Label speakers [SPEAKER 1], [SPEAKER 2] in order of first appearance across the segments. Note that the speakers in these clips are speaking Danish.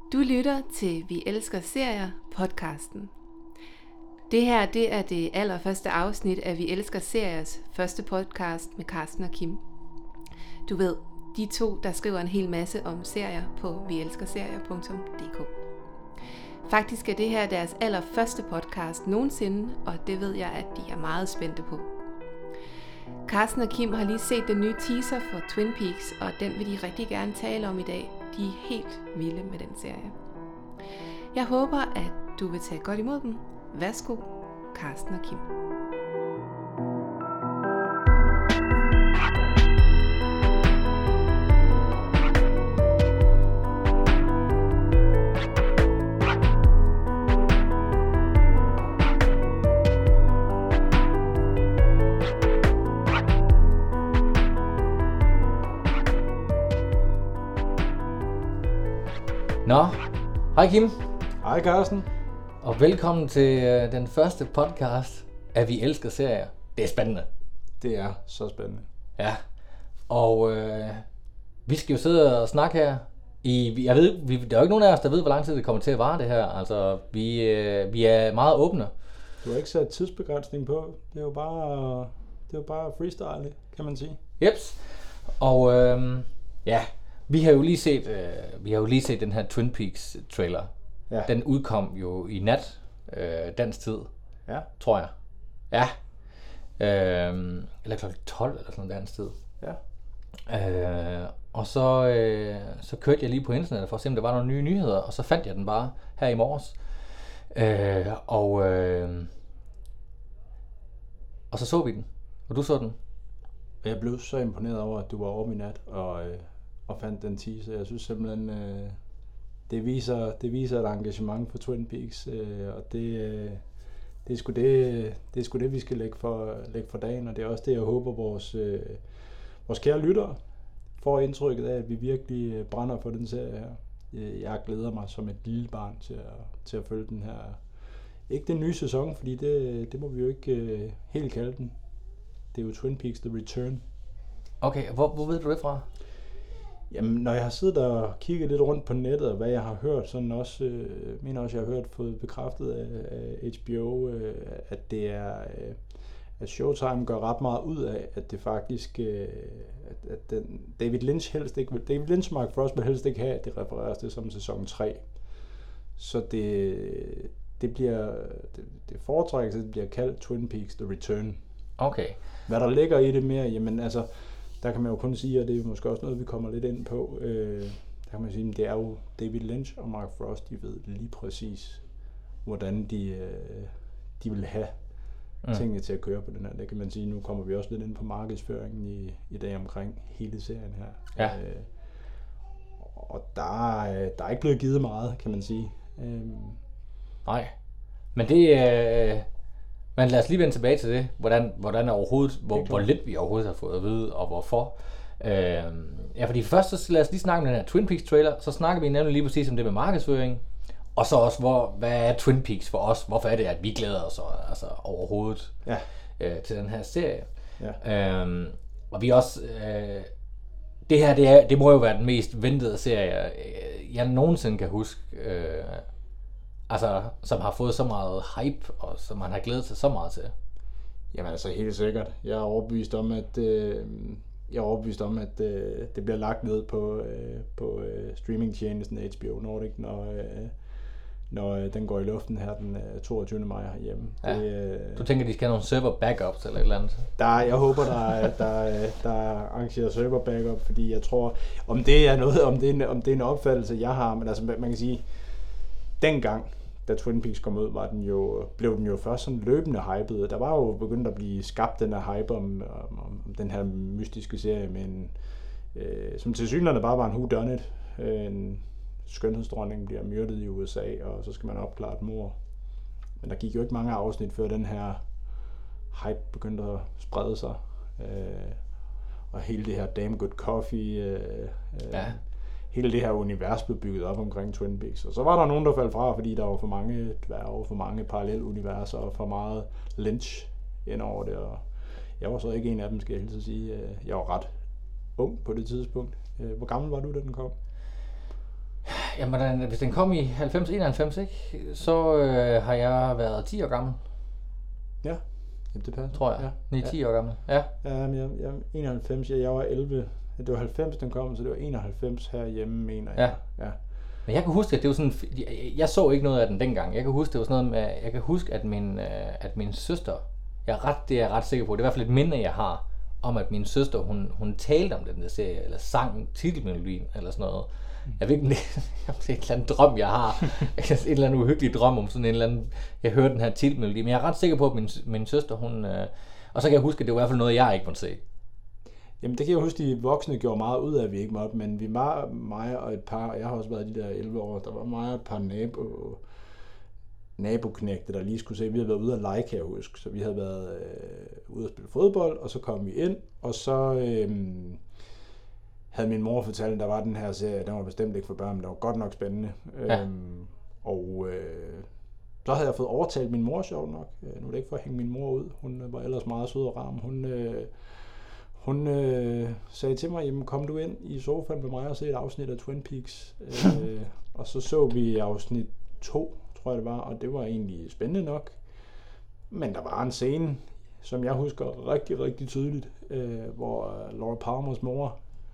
[SPEAKER 1] Du lytter til Vi Elsker Serier podcasten. Det her er det allerførste afsnit af Vi Elsker Seriers første podcast med Carsten og Kim. Du ved, de to, der skriver en hel masse om serier på vielskerserier.dk. Faktisk er det her deres allerførste podcast nogensinde, og det ved jeg, at de er meget spændte på. Carsten og Kim har lige set den nye teaser for Twin Peaks, og den vil de rigtig gerne tale om i dag. De er helt vilde med den serie. Jeg håber, at du vil tage godt imod dem. Værsgo, Carsten og Kim.
[SPEAKER 2] Nå, hej Kim.
[SPEAKER 3] Hej Carsten.
[SPEAKER 2] Og velkommen til den første podcast af Vi Elsker Serier. Det er spændende.
[SPEAKER 3] Det er så spændende.
[SPEAKER 2] Ja, og vi skal jo sidde og snakke her. Jeg ved, der er jo ikke nogen af os, der ved, hvor lang tid det kommer til at vare det her. Altså, vi er meget åbne.
[SPEAKER 3] Du har ikke sat tidsbegrænsning på. Det er jo bare freestyle, kan man sige.
[SPEAKER 2] Jeps. Og ja, vi har jo lige set den her Twin Peaks trailer. Ja. Den udkom jo i nat, dansk tid,
[SPEAKER 3] ja,
[SPEAKER 2] tror jeg. Ja. Eller kl. 12 eller sådan noget dansk tid.
[SPEAKER 3] Ja.
[SPEAKER 2] Og så kørte jeg lige på internettet for at se, om der var nogle nye nyheder, og så fandt jeg den bare her i morges. Og så vi den, og du så den.
[SPEAKER 3] Jeg blev så imponeret over, at du var oppe i nat og fandt den teaser. Jeg synes simpelthen, det viser et engagement for Twin Peaks, og det er sgu det, vi skal lægge for dagen, og det er også det, jeg håber vores kære lyttere får indtrykket af, at vi virkelig brænder for den serie her. Jeg glæder mig som et lille barn til at følge den her. Ikke den nye sæson, fordi det må vi jo ikke helt kalde den. Det er jo Twin Peaks The Return.
[SPEAKER 2] Okay, hvor ved du det fra?
[SPEAKER 3] Jamen, når jeg har siddet og kigget lidt rundt på nettet, og hvad jeg har hørt, sådan også, jeg har fået bekræftet af HBO, at det er, at Showtime gør ret meget ud af, at det faktisk, at David Lynch Mark Frost vil helst ikke have, at det refereres til som sæson 3. Så det foretrækkes, at det bliver kaldt Twin Peaks The Return.
[SPEAKER 2] Okay.
[SPEAKER 3] Hvad der ligger i det mere, jamen altså, der kan man jo kun sige, og det er måske også noget, vi kommer lidt ind på, der kan man sige, at det er jo David Lynch og Mark Frost, de ved lige præcis, hvordan de vil have tingene til at køre på den her. Det kan man sige, nu kommer vi også lidt ind på markedsføringen i dag omkring hele serien her.
[SPEAKER 2] Ja.
[SPEAKER 3] Og der er ikke blevet givet meget, kan man sige.
[SPEAKER 2] Nej, men det men lad os lige vende tilbage til det, hvordan overhovedet, hvor lidt vi overhovedet har fået at vide, og hvorfor. Ja, fordi først så lad os lige snakke om den her Twin Peaks trailer, så snakker vi nemlig lige præcis om det med markedsføring, og så også, hvad er Twin Peaks for os? Hvorfor er det, at vi glæder os altså, overhovedet til den her serie?
[SPEAKER 3] Ja.
[SPEAKER 2] Og vi også, det her, det må jo være den mest ventede serie, jeg nogensinde kan huske, altså, som har fået så meget hype, og som man har glædet sig så meget til.
[SPEAKER 3] Jamen altså helt sikkert. Jeg er overbevist om, at det bliver lagt ned på streamingtjenesten HBO Nordic, når den går i luften her den 22. maj herhjemme.
[SPEAKER 2] Ja. Du tænker, de skal have nogle server backups eller et eller andet?
[SPEAKER 3] Jeg håber, der er arrangeret server backup, fordi jeg tror, om det er en opfattelse, jeg har, men altså man kan sige, dengang, da Twin Peaks kom ud, blev den jo først sådan løbende hyped. Der var jo begyndt at blive skabt den her hype om den her mystiske serie, men som tilsyneladende bare var en whodunit. En skønhedsdronning bliver myrdet i USA, og så skal man opklare et mord. Men der gik jo ikke mange afsnit, før den her hype begyndte at sprede sig. Og hele det her Damn Good Coffee... Hele det her univers blev bygget op omkring Twin Peaks. Og så var der nogen, der faldt fra, fordi der var for mange dværge, for mange parallelle universer og for meget Lynch ind over det. Og jeg var så ikke en af dem, skal jeg helst sige. Jeg var ret ung på det tidspunkt. Hvor gammel var du, da den kom?
[SPEAKER 2] Jamen, hvis den kom i 90-91, ikke, så har jeg været 10 år gammel.
[SPEAKER 3] Ja, det passer.
[SPEAKER 2] Tror jeg.
[SPEAKER 3] Ja.
[SPEAKER 2] 9-10 år gammel. Ja.
[SPEAKER 3] Jeg 91, jeg var 11. Det var 90, den kom, så det var 91 herhjemme, mener jeg.
[SPEAKER 2] Ja. Men jeg kan huske, at det var sådan, jeg så ikke noget af den dengang. Jeg kan huske, det var sådan noget med, jeg kan huske, at min søster, det er jeg ret sikker på, det er i hvert fald et minde, jeg har, om at min søster, hun talte om den der serie, eller sang titelmelodien, eller sådan noget. Jeg ved ikke, om det er et eller andet drøm, jeg har. En eller anden uhyggelig drøm om sådan en eller anden, jeg hørte den her titelmelodi, men jeg er ret sikker på, at min søster, hun, og så kan jeg huske, at det var i hvert fald noget, jeg ikke måtte se.
[SPEAKER 3] Jamen det kan jeg huske, de voksne gjorde meget ud af, at vi ikke måtte, men vi var mig og et par, jeg har også været de der 11 år, der var mig og et par naboknægte, der lige skulle se, vi havde været ude at lege, kan jeg huske, så vi havde været ude at spille fodbold, og så kom vi ind, og så havde min mor fortalt, at der var den her serie, den var bestemt ikke for børn, men den var godt nok spændende. Ja. Så havde jeg fået overtalt min mor, sjovt nok. Nu er det ikke for at hænge min mor ud, hun var ellers meget sød og ram. Hun sagde til mig, jamen kom du ind i sofaen med mig og se et afsnit af Twin Peaks. Og så vi afsnit 2, tror jeg det var, og det var egentlig spændende nok. Men der var en scene, som jeg husker rigtig, rigtig tydeligt, hvor Laura Palmers mor,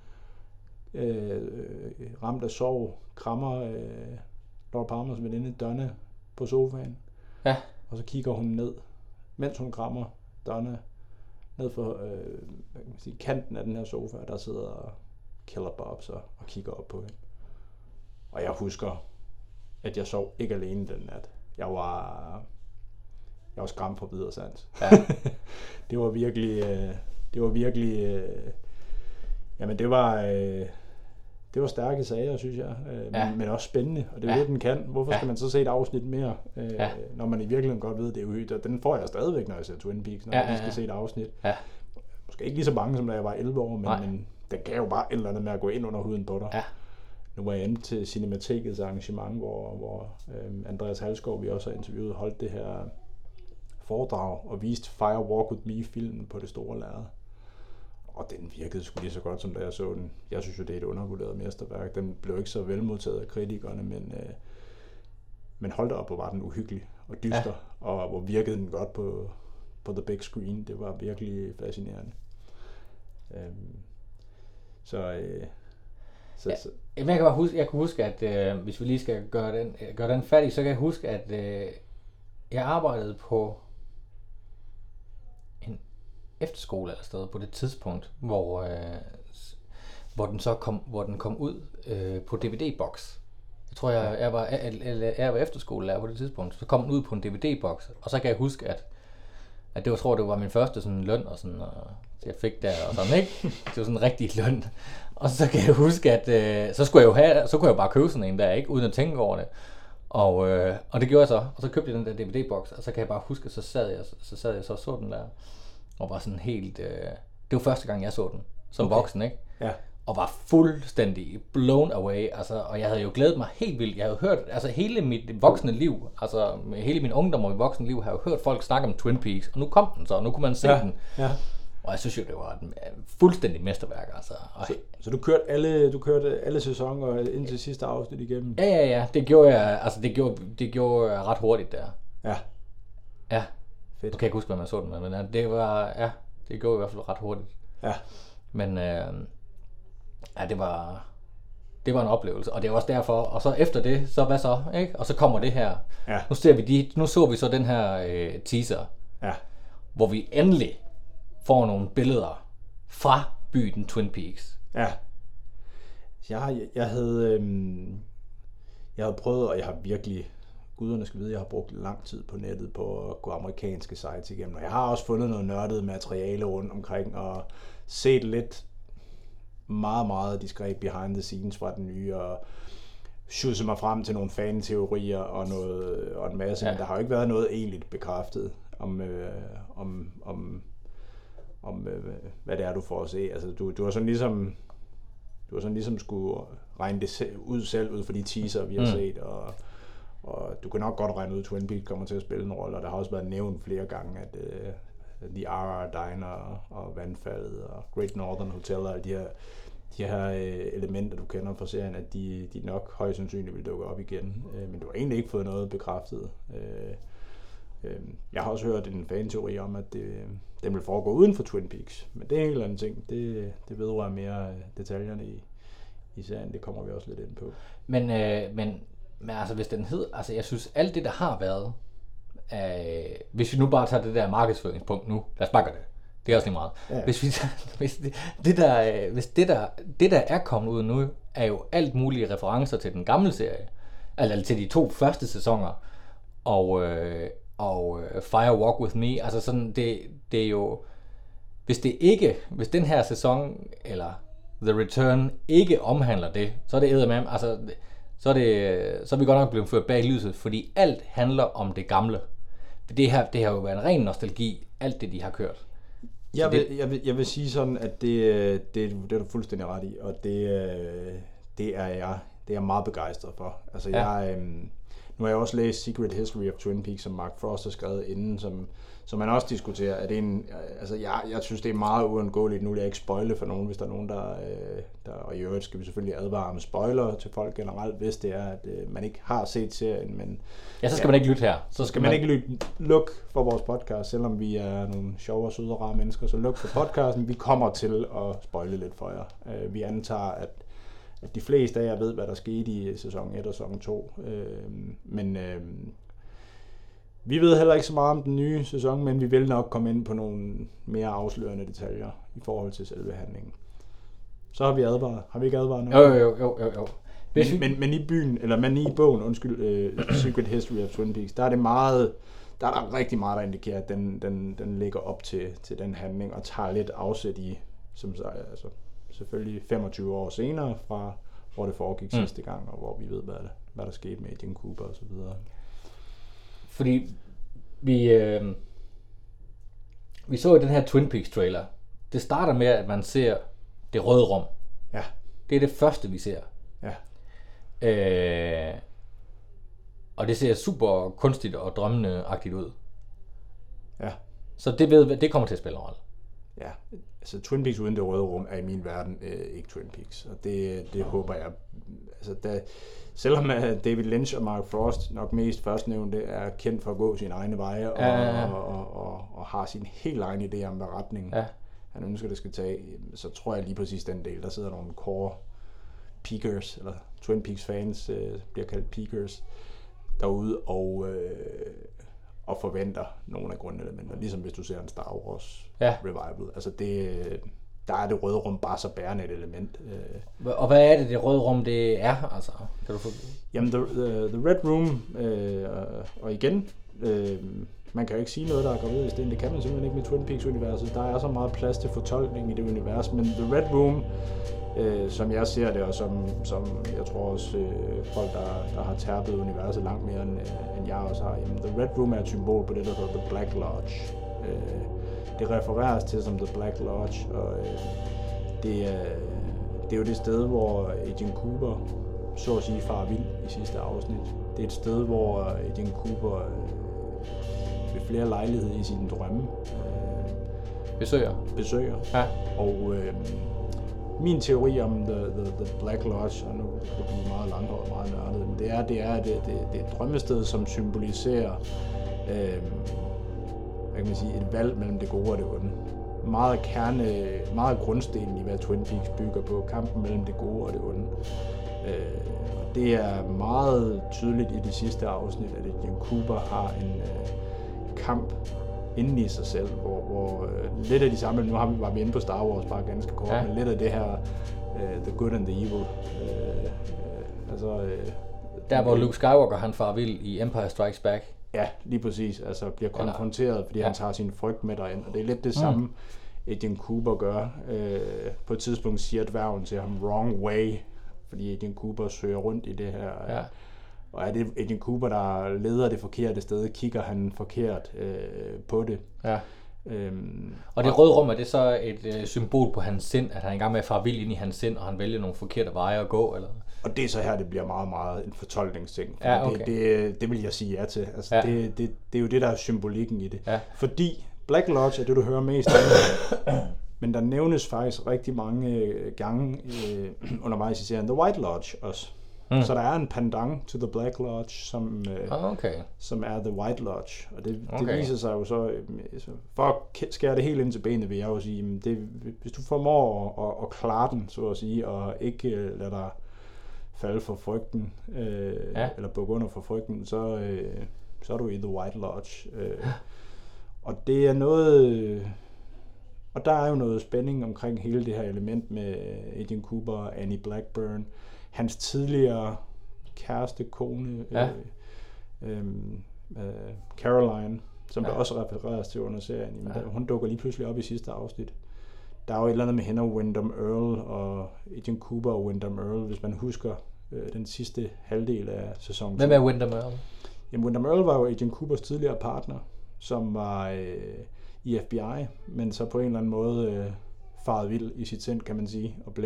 [SPEAKER 3] ramt af sorg, krammer Laura Palmers veninde Donna på sofaen. Ja. Og så kigger hun ned, mens hun krammer Donna, ned for kanten af den her sofa, der sidder Killer Bobs og kigger op på hende. Og jeg husker, at jeg sov ikke alene den nat. Jeg var skræmt for videre sans. Ja. Det var virkelig, jamen det var stærke sager, synes jeg, men også spændende, og det er jo det, den kan. Hvorfor skal man så se et afsnit mere, når man i virkeligheden godt ved, det er uhyggeligt, og den får jeg stadigvæk, når jeg ser Twin Peaks, når jeg skal se et afsnit. Ja. Måske ikke lige så mange, som da jeg var 11 år, men den kan jo bare et eller andet med at gå ind under huden på dig. Ja. Nu var jeg inde til Cinematekets arrangement, hvor Andreas Halskov, vi også har interviewet, holdt det her foredrag og viste Fire Walk With Me-filmen på det store lærred. Og den virkede sgu lige så godt, som da jeg så den. Jeg synes jo, det er et undervurderet mesterværk. Den blev ikke så velmodtaget af kritikerne, men holdt op, hvor var den uhyggelig og dyster, og hvor virkede den godt på the big screen. Det var virkelig fascinerende.
[SPEAKER 2] Jamen, jeg kan huske, at hvis vi lige skal gøre den færdig, så kan jeg huske, at jeg arbejdede på en efterskole eller sted på det tidspunkt, hvor den kom ud på DVD-boks. Jeg tror, jeg var efterskolelærer på det tidspunkt, så kom den ud på en DVD-boks, og så kan jeg huske, at det var min første sådan løn, og sådan, og jeg fik der og sådan, ikke? Det var sådan en rigtig løn. Og så kan jeg huske, at så kunne jeg bare købe sådan en der, ikke? Uden at tænke over det. Og det gjorde jeg så, og så købte jeg den der DVD-boks, og så kan jeg bare huske, at så sad jeg så den der, og var sådan helt, det var første gang jeg så den, som voksen, ikke? Ja. Og var fuldstændig blown away, altså, og jeg havde jo glædet mig helt vildt. Jeg havde hørt, altså hele mit voksne liv, altså hele min ungdom og mit voksne liv, har jo hørt folk snakke om Twin Peaks, og nu kom den så, og nu kunne man se den. Ja. Og jeg synes jo, det var et fuldstændig mesterværk, altså.
[SPEAKER 3] Så du kørte alle sæsoner indtil sidste afsnit igennem?
[SPEAKER 2] Ja, det gjorde jeg, altså det gjorde jeg ret hurtigt der. Ja. Ja. Fedt. Nu kan jeg ikke huske, hvad man så den med, men det var, det gjorde jeg i hvert fald ret hurtigt. Ja. Men det var en oplevelse, og det er også derfor, og så efter det, så hvad så, ikke? Og så kommer det her. Ja. Nu så vi så den her teaser, hvor vi endelig får nogle billeder fra byen Twin Peaks. Ja. Jeg havde prøvet, og jeg har virkelig, guderne skal vide, jeg har brugt lang tid på nettet på at gå amerikanske sites igennem, og jeg har også fundet noget nørdet materiale rundt omkring, og set lidt meget, meget diskret behind the scenes fra den nye, og sjudse mig frem til nogle fan-teorier og en masse, men der har jo ikke været noget egentligt bekræftet om hvad det er, du får at se. Altså, du har sådan ligesom skulle regne det ud selv ud for de teaser, vi har set, og du kan nok godt regne ud, at Twin Peaks kommer til at spille en rolle, og der har også været nævnt flere gange, at The RR Diner og Vandfaldet og Great Northern Hotel og alle de her
[SPEAKER 3] de her elementer, du kender fra serien, at de nok højst sandsynligt vil dukke op igen. Men du har egentlig ikke fået noget bekræftet. Jeg har også hørt en fan-teori om, at den vil foregå uden for Twin Peaks. Men det er en eller anden ting. Det vedrører mere detaljerne i serien. Det kommer vi også lidt ind på.
[SPEAKER 2] Men altså, hvis den hed... Altså, jeg synes, alt det, der har været... hvis vi nu bare tager det der markedsføringspunkt nu, lad os bare gøre det. Det er også lige meget. Ja. Hvis det der er kommet ud nu, er jo alt mulige referencer til den gamle serie. Altså til de 2 første sæsoner. Og Fire Walk With Me. Altså sådan, det er jo... Hvis den her sæson, eller The Return, ikke omhandler det, så er det eddermame, altså... Så er vi godt nok blevet ført bag lyset, fordi alt handler om det gamle. Det har jo været en ren nostalgi, alt det, de har kørt.
[SPEAKER 3] Jeg vil sige sådan, at det er du fuldstændig ret i, og det er jeg meget begejstret for. Altså nu har jeg også læst Secret History of Twin Peaks, som Mark Frost har skrevet inden, som man også diskuterer. At det er jeg synes, det er meget uundgåeligt. Nu vil jeg ikke spoile for nogen, hvis der er nogen, der og i øvrigt skal vi selvfølgelig advare med spoiler til folk generelt, hvis det er, at man ikke har set serien. Men,
[SPEAKER 2] så skal man ikke lytte her.
[SPEAKER 3] Så skal man ikke luk for vores podcast, selvom vi er nogle sjove og søde og rare mennesker. Så luk for podcasten. Vi kommer til at spoile lidt for jer. Vi antager, at de fleste af jer ved, hvad der skete i sæson 1 og sæson 2. Men vi ved heller ikke så meget om den nye sæson, men vi vil nok komme ind på nogle mere afslørende detaljer i forhold til selve handlingen. Så har vi advaret. Har vi ikke advaret noget?
[SPEAKER 2] Jo.
[SPEAKER 3] Men i bogen, Secret History of Twin Peaks, der er der rigtig meget, der indikerer, at den ligger op til den handling og tager lidt afsæt i, altså selvfølgelig 25 år senere fra hvor det foregik sidste gang, og hvor vi ved, hvad der skete med Agent Cooper og så videre.
[SPEAKER 2] Fordi vi så i den her Twin Peaks trailer. Det starter med, at man ser det røde rum.
[SPEAKER 3] Ja. Det
[SPEAKER 2] er det første, vi ser.
[SPEAKER 3] Ja.
[SPEAKER 2] Og det ser super kunstigt og drømmende-agtigt ud.
[SPEAKER 3] Ja.
[SPEAKER 2] Så det kommer til at spille en rolle.
[SPEAKER 3] Ja, altså Twin Peaks uden det røde rum er i min verden ikke Twin Peaks, og det håber jeg. Altså selvom David Lynch og Mark Frost nok mest førstnævnte er kendt for at gå sine egne veje og har sin helt egen idé om, hvad retning han ønsker, det skal tage, så tror jeg lige præcis den del, der sidder nogle core peakers, eller Twin Peaks fans bliver kaldt peakers, derude og forventer nogle af grundelementer, ligesom hvis du ser en Star Wars revival. Altså der er det røde rum bare så bærende et element.
[SPEAKER 2] Og hvad er det røde rum, det er? Altså, kan du få...
[SPEAKER 3] Jamen, the Red Room, og igen, man kan jo ikke sige noget, der er gravid i sten. Det kan man simpelthen ikke med Twin Peaks-universet. Der er så meget plads til fortolkning i det univers, men The Red Room, som jeg ser det, og som jeg tror også folk, der har terpet universet langt mere end jeg også har. Jamen, The Red Room er et symbol på det, der hedder The Black Lodge. Det refereres til som The Black Lodge, og det er jo det sted, hvor Agent Cooper så at sige farer vild i sidste afsnit. Det er et sted, hvor Agent Cooper ved flere lejligheder i sine drømme besøger. Ja. Og min teori om the Black Lodge, og nu er det meget langhåret og meget nørdet, men det er et drømmested, som symboliserer hvad kan man sige, et valg mellem det gode og det onde. Meget grundstenen i, hvad Twin Peaks bygger på, kampen mellem det gode og det onde. Det er meget tydeligt i det sidste afsnit, at Agent Cooper har en kamp inde i sig selv, hvor lidt af de samme, nu var vi inde på Star Wars bare ganske kort, men lidt af det her the good and the evil.
[SPEAKER 2] Der hvor Luke Skywalker han farer vild i Empire Strikes Back.
[SPEAKER 3] Ja, lige præcis. Altså bliver konfronteret, fordi han tager sin frygt med derind, og det er lidt det samme, Agent Cooper gør. På et tidspunkt siger dværgen til ham wrong way, fordi Agent Cooper søger rundt i det her. Ja. Og er det Agent Cooper, der leder det forkerte sted, kigger han forkert på det. Ja.
[SPEAKER 2] Og det røde rum, er det så et symbol på hans sind, at han er i gang med at fare vild ind i hans sind, og han vælger nogle forkerte veje at gå, eller?
[SPEAKER 3] Og det er så her, det bliver meget, meget en fortolkningsting.
[SPEAKER 2] Ja, okay.
[SPEAKER 3] Det vil jeg sige ja til. Altså, det er jo det, der er symbolikken i det. Ja. Fordi Black Lodge er det, du hører mest om Men der nævnes faktisk rigtig mange gange undervejs i serien The White Lodge også. Så der er en pendant to The Black Lodge, som er The White Lodge. Og det viser sig jo så, for at skære det helt ind til benet, vil jeg jo sige, hvis du formår at klare den, så at sige, og ikke lade dig falde for frygten, eller bukke under for frygten, så er du i The White Lodge. Og det er noget... Og der er jo noget spænding omkring hele det her element med Agent Cooper og Annie Blackburn. Hans tidligere kæreste, kone, Caroline, som der også refereres til under serien. Men hun dukker lige pludselig op i sidste afsnit. Der er jo et eller andet med hende og Wyndham Earl, og Agent Cooper og Wyndham Earl, hvis man husker den sidste halvdel af sæsonen.
[SPEAKER 2] Hvem er Wyndham Earl?
[SPEAKER 3] Jamen, Wyndham Earl var jo Agent Coopers tidligere partner, som var i FBI, men så på en eller anden måde faret vild i sit sind, kan man sige, og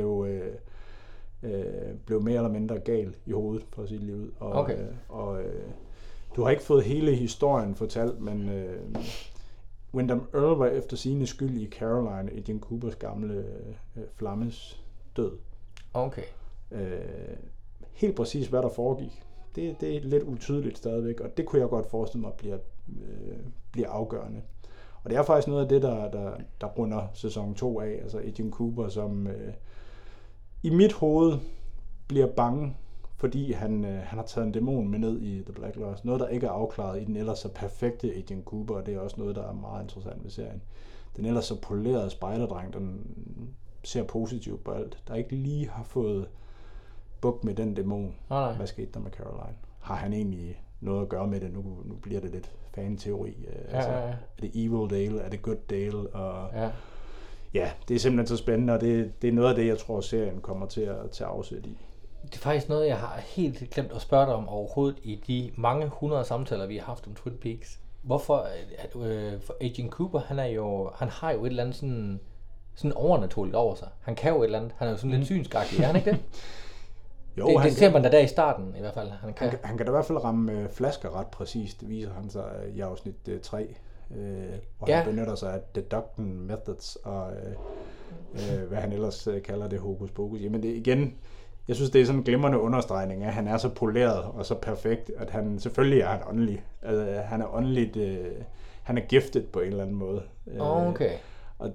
[SPEAKER 3] blev mere eller mindre gal i hovedet, for at sige det lige ud. Og du har ikke fået hele historien fortalt, men Wyndham Earl var efter sigende skyld i Caroline, Agent Coopers gamle flammes død.
[SPEAKER 2] Okay.
[SPEAKER 3] Helt præcis, hvad der foregik, det er lidt utydeligt stadigvæk, og det kunne jeg godt forestille mig bliver afgørende. Og det er faktisk noget af det, der runder sæson 2 af, altså Agent Cooper, som i mit hoved bliver bange, fordi han har taget en dæmon med ned i The Black Lodge. Noget, der ikke er afklaret i den ellers så perfekte Agent Cooper, og det er også noget, der er meget interessant ved serien. Den ellers så polerede spejderdreng, den ser positivt på alt, der ikke lige har fået bugt med den dæmon. Hvad skete der med Caroline? Har han egentlig noget at gøre med det? Nu bliver det lidt fan-teori. Er det Evil Dale? Er det Good Dale? Og ja, det er simpelthen så spændende, og det er noget af det, jeg tror, serien kommer til at afsætte i.
[SPEAKER 2] Det er faktisk noget, jeg har helt glemt at spørge dig om overhovedet i de mange 100 samtaler, vi har haft om Twin Peaks. Hvorfor for Agent Cooper, han har jo et eller andet sådan overnaturligt over sig. Han kan jo et eller andet. Han er jo sådan lidt synskagtig, er han ikke det?
[SPEAKER 3] Jo,
[SPEAKER 2] det ser man da der i starten i hvert fald.
[SPEAKER 3] Han kan da i hvert fald ramme flasker ret præcist. Det viser han sig i afsnit 3, hvor han benytter sig af deduction methods og hvad han ellers kalder det, hokus pokus. Jamen det igen, jeg synes det er sådan en glimrende understregning af, at han er så poleret og så perfekt, at han selvfølgelig er åndelig. Altså, han er åndeligt, han er gifted på en eller anden måde.
[SPEAKER 2] Okay.
[SPEAKER 3] Og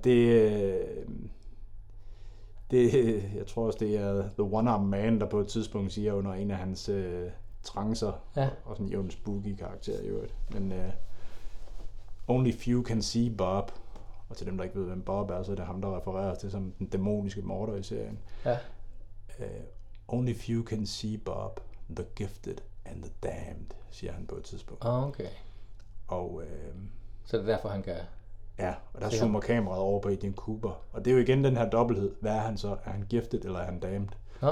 [SPEAKER 3] jeg tror også, det er The One-Armed Man, der på et tidspunkt siger under en af hans trancer, og sådan en jævn spooky karakter i øvrigt. Men only few can see Bob, og til dem, der ikke ved, hvem Bob er, så er det ham, der refererer til som den dæmoniske morder i serien. Only few can see Bob, the gifted and the damned, siger han på et tidspunkt.
[SPEAKER 2] Okay.
[SPEAKER 3] Og
[SPEAKER 2] så det er derfor, han kan...
[SPEAKER 3] Ja, og der zoomer kameraet over på Agent Cooper. Og det er jo igen den her dobbelthed. Hvad er han så? Er han gifted, eller er han damned?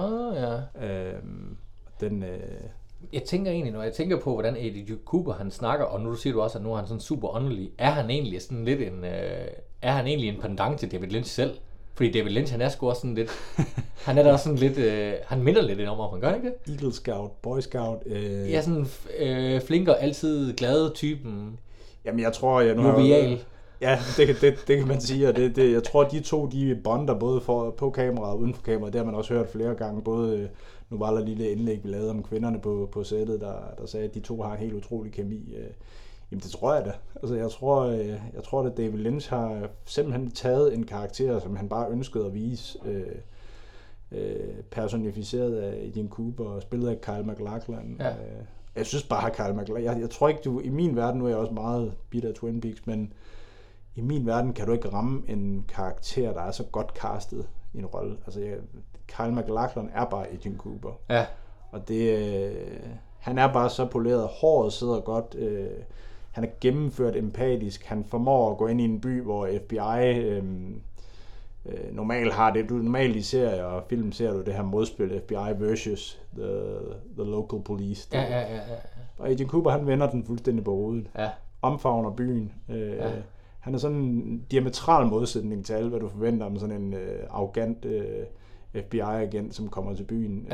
[SPEAKER 2] Jeg tænker egentlig, når jeg tænker på, hvordan Agent Cooper han snakker, og nu siger du også, at nu er han sådan super åndelig. Er han egentlig sådan lidt en pendant til David Lynch selv? Fordi David Lynch, han er sgu også sådan lidt... Han er da også sådan lidt... han minder lidt om han gør ikke det?
[SPEAKER 3] Eagle Scout, Boy Scout...
[SPEAKER 2] Ja, sådan flink og altid glade typen.
[SPEAKER 3] Jamen, jeg tror...
[SPEAKER 2] Jovial.
[SPEAKER 3] Ja, det kan man sige, og jeg tror, de to, de bonder både på kameraet og uden for kameraet. Det har man også hørt flere gange. Både, nu var der et lille indlæg, vi lavede om kvinderne på sættet, der sagde, at de to har en helt utrolig kemi. Jamen, det tror jeg da. Altså, jeg tror, at David Lynch har simpelthen taget en karakter, som han bare ønskede at vise, personificeret af Agent Cooper og spillet af Kyle MacLachlan. Ja. Jeg synes bare, at Kyle MacLachlan... Jeg tror ikke, i min verden, nu er jeg også meget bitter af Twin Peaks, men i min verden kan du ikke ramme en karakter, der er så godt castet i en rolle. Altså, Kyle MacLachlan er bare Agent Cooper. Ja. Og han er bare så poleret. Håret sidder godt. Han er gennemført empatisk. Han formår at gå ind i en by, hvor FBI normalt har det. Normalt i serier og film ser du det her modspil, FBI versus the local police.
[SPEAKER 2] Ja.
[SPEAKER 3] Og Agent Cooper, han vender den fuldstændig på hovedet.
[SPEAKER 2] Ja.
[SPEAKER 3] Omfavner byen. Han er sådan en diametral modsætning til alt, hvad du forventer om sådan en arrogant FBI-agent, som kommer til byen.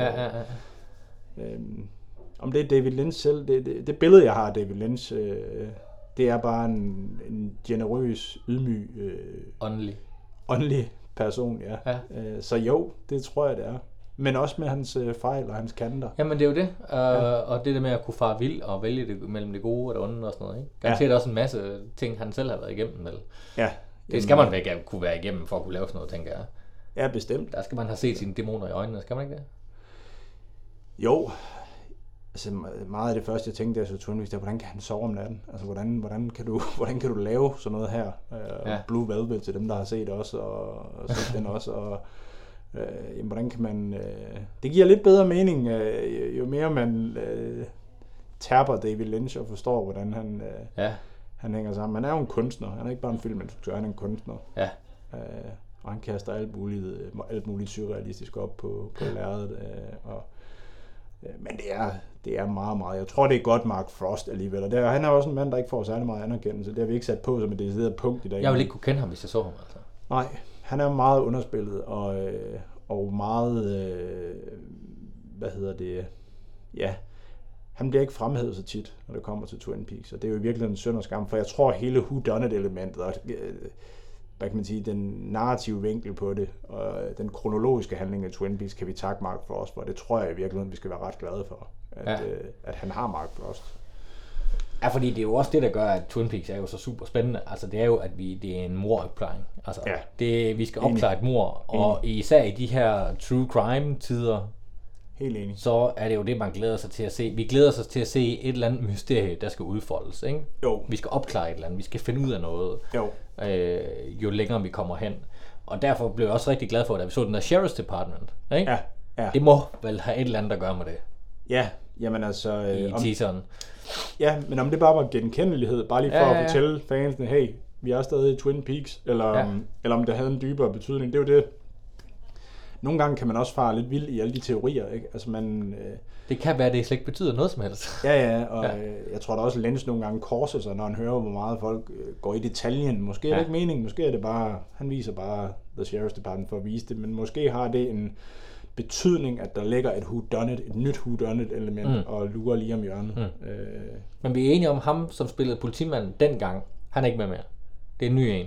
[SPEAKER 3] Om det er David Lynch selv, det billede, jeg har af David Lynch, det er bare en generøs, ydmyg... åndelig person, ja. Så jo, det tror jeg, det er. Men også med hans fejl og hans kanter.
[SPEAKER 2] Jamen det er jo det, og det der med at kunne fare vild og vælge det mellem det gode og det onde og sådan noget, ikke? Garanteret også en masse ting, han selv har været igennem, vel?
[SPEAKER 3] Ja.
[SPEAKER 2] Det skal man ikke kunne være igennem for at kunne lave sådan noget, tænker jeg.
[SPEAKER 3] Ja, bestemt.
[SPEAKER 2] Der skal man have set sine dæmoner i øjnene, skal man ikke det?
[SPEAKER 3] Jo. Altså meget af det første, jeg tænkte, da jeg så Twin Peaks, hvordan kan han sove om natten? Altså, hvordan kan du lave sådan noget her? Blue Velvet til dem, der har set også, og set den også, og jamen, hvordan kan man... det giver lidt bedre mening, jo mere man tærper David Lynch og forstår, hvordan han hænger sammen. Han er jo en kunstner, han er ikke bare en filminstruktør, han er en kunstner.
[SPEAKER 2] Ja.
[SPEAKER 3] Og han kaster alt muligt surrealistisk op på lærredet, men det er meget, meget. Jeg tror, det er godt Mark Frost alligevel. Og han er også en mand, der ikke får særlig meget anerkendelse. Det har vi ikke sat på som et decideret punkt i dag.
[SPEAKER 2] Jeg vil ikke kunne kende ham, hvis jeg så ham. Altså.
[SPEAKER 3] Nej, han er meget underspillet og meget, ja, han bliver ikke fremhævet så tit, når det kommer til Twin Peaks. Og det er jo virkelig en synd og skam, for jeg tror hele whodunit-elementet og hvad kan man sige, den narrative vinkel på det, og den kronologiske handling af Twin Peaks, kan vi takke Mark Frost for. Det tror jeg i virkeligheden, vi skal være ret glade for, at han har Mark Frost.
[SPEAKER 2] Ja, fordi det er jo også det, der gør, at Twin Peaks er jo så super spændende. Altså, det er jo, at det er en mordopklaring. Altså, vi skal opklare et mord, og især i de her true crime-tider,
[SPEAKER 3] helt enig.
[SPEAKER 2] Så er det jo det, man glæder sig til at se. Vi glæder os til at se et eller andet mysterie, der skal udfoldes, ikke?
[SPEAKER 3] Jo.
[SPEAKER 2] Vi skal opklare et eller andet, vi skal finde ud af noget,
[SPEAKER 3] jo
[SPEAKER 2] længere vi kommer hen. Og derfor blev jeg også rigtig glad for, at vi så den der Sheriff's Department, ikke?
[SPEAKER 3] Ja.
[SPEAKER 2] Det må vel have et eller andet, der gør med det.
[SPEAKER 3] Ja, jamen altså...
[SPEAKER 2] I teaseren.
[SPEAKER 3] Ja, men om det bare var genkendelighed, bare lige for at fortælle fansene, hey, vi er stadig i Twin Peaks, eller om det havde en dybere betydning. Det er jo det. Nogle gange kan man også fare lidt vild i alle de teorier, ikke? Altså man...
[SPEAKER 2] Det kan være, at det slet ikke betyder noget som helst.
[SPEAKER 3] Ja, og jeg tror da også, at Lynch nogle gange korser sig, når han hører, hvor meget folk går i detaljen. Måske er det ikke meningen, måske er det bare... Han viser bare The Sheriff's Department for at vise det, men måske har det en betydning, at der ligger et nyt whodunit element og lurer lige om hjørnet.
[SPEAKER 2] Men vi er enige om ham, som spillede politimanden dengang. Han er ikke med mere. Det er en ny en.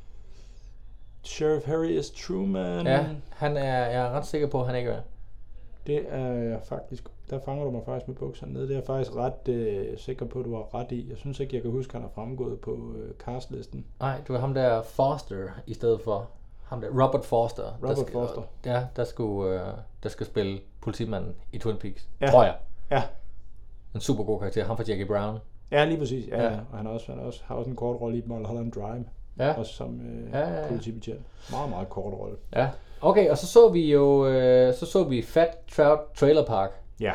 [SPEAKER 3] Sheriff Harry S. Truman.
[SPEAKER 2] Ja, jeg er ret sikker på, at han ikke er.
[SPEAKER 3] Det er faktisk, der fanger du mig faktisk med bukserne nede. Det er jeg faktisk ret sikker på, at du har ret i. Jeg synes ikke, jeg kan huske, at han er fremgået på castlisten.
[SPEAKER 2] Nej, du er ham der Foster i stedet for. Ham der Robert Forster. Ja, der skal spille politimanden i Twin Peaks. Tror jeg.
[SPEAKER 3] Ja.
[SPEAKER 2] En super god karakter. Ham fra Jackie Brown.
[SPEAKER 3] Ja, lige præcis. Ja. Og han har også en kort rolle i Mulholland Drive. Ja. Også som politibetjent. Meget, meget kort rolle.
[SPEAKER 2] Ja. Okay, og så vi jo Fat Trout Trailer Park.
[SPEAKER 3] Ja.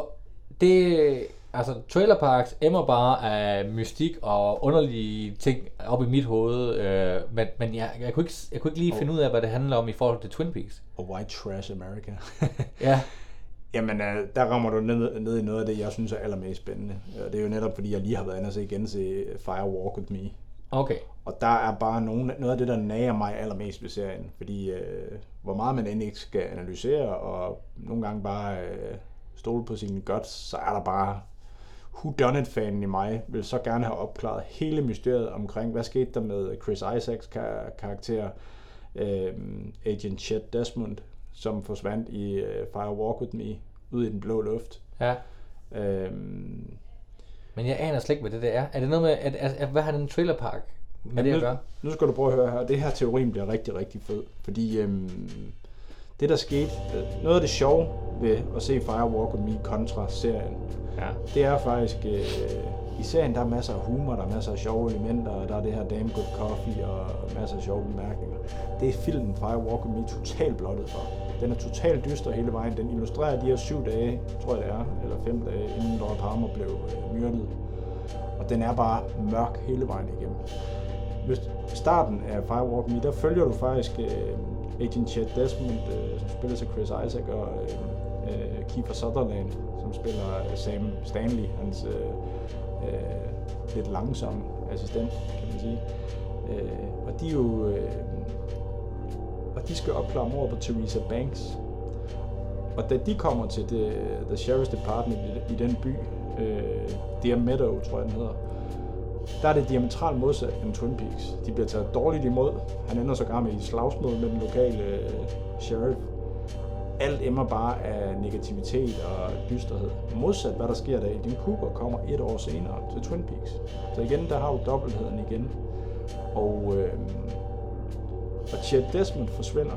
[SPEAKER 2] Altså Trailer Parks emmer bare af mystik og underlige ting op i mit hoved, men jeg kunne ikke lige finde ud af, hvad det handler om i forhold til Twin Peaks.
[SPEAKER 3] Og White Trash America.
[SPEAKER 2] Ja.
[SPEAKER 3] Jamen, der rammer du ned i noget af det, jeg synes er allermest spændende. Det er jo netop, fordi jeg lige har været inde og se Fire Walk With Me.
[SPEAKER 2] Okay.
[SPEAKER 3] Og der er bare noget af det, der nager mig allermest ved serien. Fordi hvor meget man end ikke skal analysere, og nogle gange bare stole på sine guts, så er der bare whodunit-fanen i mig, vil så gerne have opklaret hele mysteriet omkring, hvad skete der med Chris Isaacs karakter, Agent Chet Desmond, som forsvandt i Fire Walk With Me, ude i den blå luft.
[SPEAKER 2] Ja. Men jeg aner slet ikke, hvad det der er. Er det noget med, at hvad har den trailer park med det at gøre? Nu
[SPEAKER 3] skal du prøve at høre her. Det her teorien bliver rigtig, rigtig fed. Fordi det der skete, noget af det sjove ved at se Fire Walk With Me kontra serien, det er faktisk, i serien der er masser af humor, der er masser af sjove elementer, og der er det her damn good coffee og masser af sjove bemærkninger. Det er filmen Fire Walk With Me totalt blottet for. Den er totalt dyster hele vejen. Den illustrerer de her 7 dage, tror jeg det er, eller 5 dage, inden Laura Palmer blev myrdet. Og den er bare mørk hele vejen igennem. Ved starten af Fire Walk With Me, der følger du faktisk Agent Chet Desmond, som spiller til Chris Isaac, og Kiefer Sutherland, som spiller Sam Stanley, hans lidt langsomme assistent, kan man sige. Og de er jo... og de skal opklare mordet på Teresa Banks. Og da de kommer til The Sheriff's Department i den by, Deer Meadow, tror jeg den hedder, der er det diametralt modsat end Twin Peaks. De bliver taget dårligt imod. Han ender sågar med i slagsmål med den lokale sheriff. Alt emmer bare af negativitet og dysterhed. Modsat hvad der sker, da Agent Cooper kommer 1 år senere til Twin Peaks. Så igen, der har du dobbeltheden igen. Og Chet Desmond forsvinder.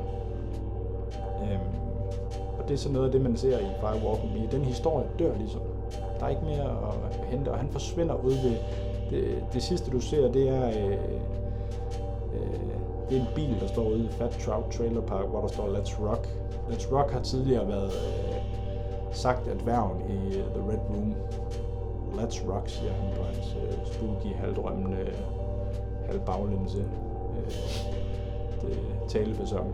[SPEAKER 3] Og det er så noget af det, man ser i Firewalk with Me. Den historie dør ligesom. Der er ikke mere at hente, og han forsvinder ud ved... Det sidste du ser, det er en bil, der står ude i Fat Trout Trailer Park, hvor der står Let's Rock. Let's Rock har tidligere været sagt af dværgen i The Red Room. Let's Rock, siger han på hans spooky, halvdrømmende, halvbaglinse talefæson.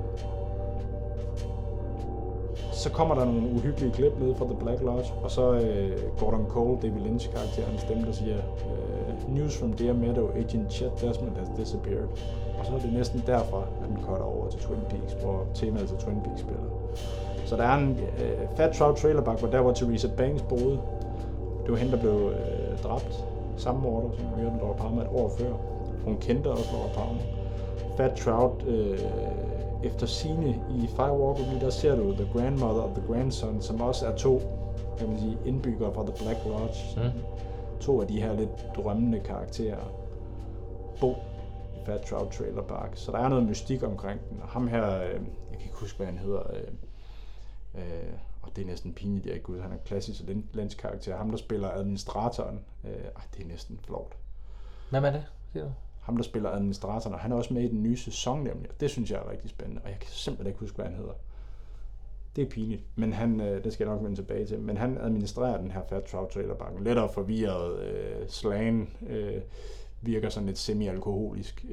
[SPEAKER 3] Så kommer der nogle uhyggelige klip ned fra The Black Lodge, og så Gordon Cole, David Lynch karakterens stemme, der siger News from Deer Meadow, Agent Chet Desmond has disappeared. Og så er det næsten derfra, at den cutter over til Twin Peaks, hvor temaet til Twin Peaks spiller. Så der er en Fat Trout Trailer Park, hvor der var Teresa Banks boede. Det var hende, der blev dræbt samme morder, som Myrtle Laura Palmer et år før. Hun kendte også Laura Palmer. Fat Trout, efter sigende i Firewalk with Me, der ser du The Grandmother og The Grandson, som også er 2, kan man sige, indbyggere fra The Black Lodge. 2 af de her lidt drømmende karakterer bo i Fat Trout Trailer Park. Så der er noget mystik omkring den. Og ham her, jeg kan ikke huske, hvad han hedder, og det er næsten pinligt, jeg ikke husker, han er klassisk Lynch karakter. Ham, der spiller administratoren, det er næsten flovt.
[SPEAKER 2] Hvem er det, siger du?
[SPEAKER 3] Ham, der spiller administratoren, og han er også med i den nye sæson, nemlig. Det synes jeg er rigtig spændende, og jeg kan simpelthen ikke huske, hvad han hedder. Det er pinligt, men han, det skal jeg nok vende tilbage til, men han administrerer den her Fat Trout Trailer Park. Lettere forvirret, slagen, virker sådan lidt semi-alkoholisk.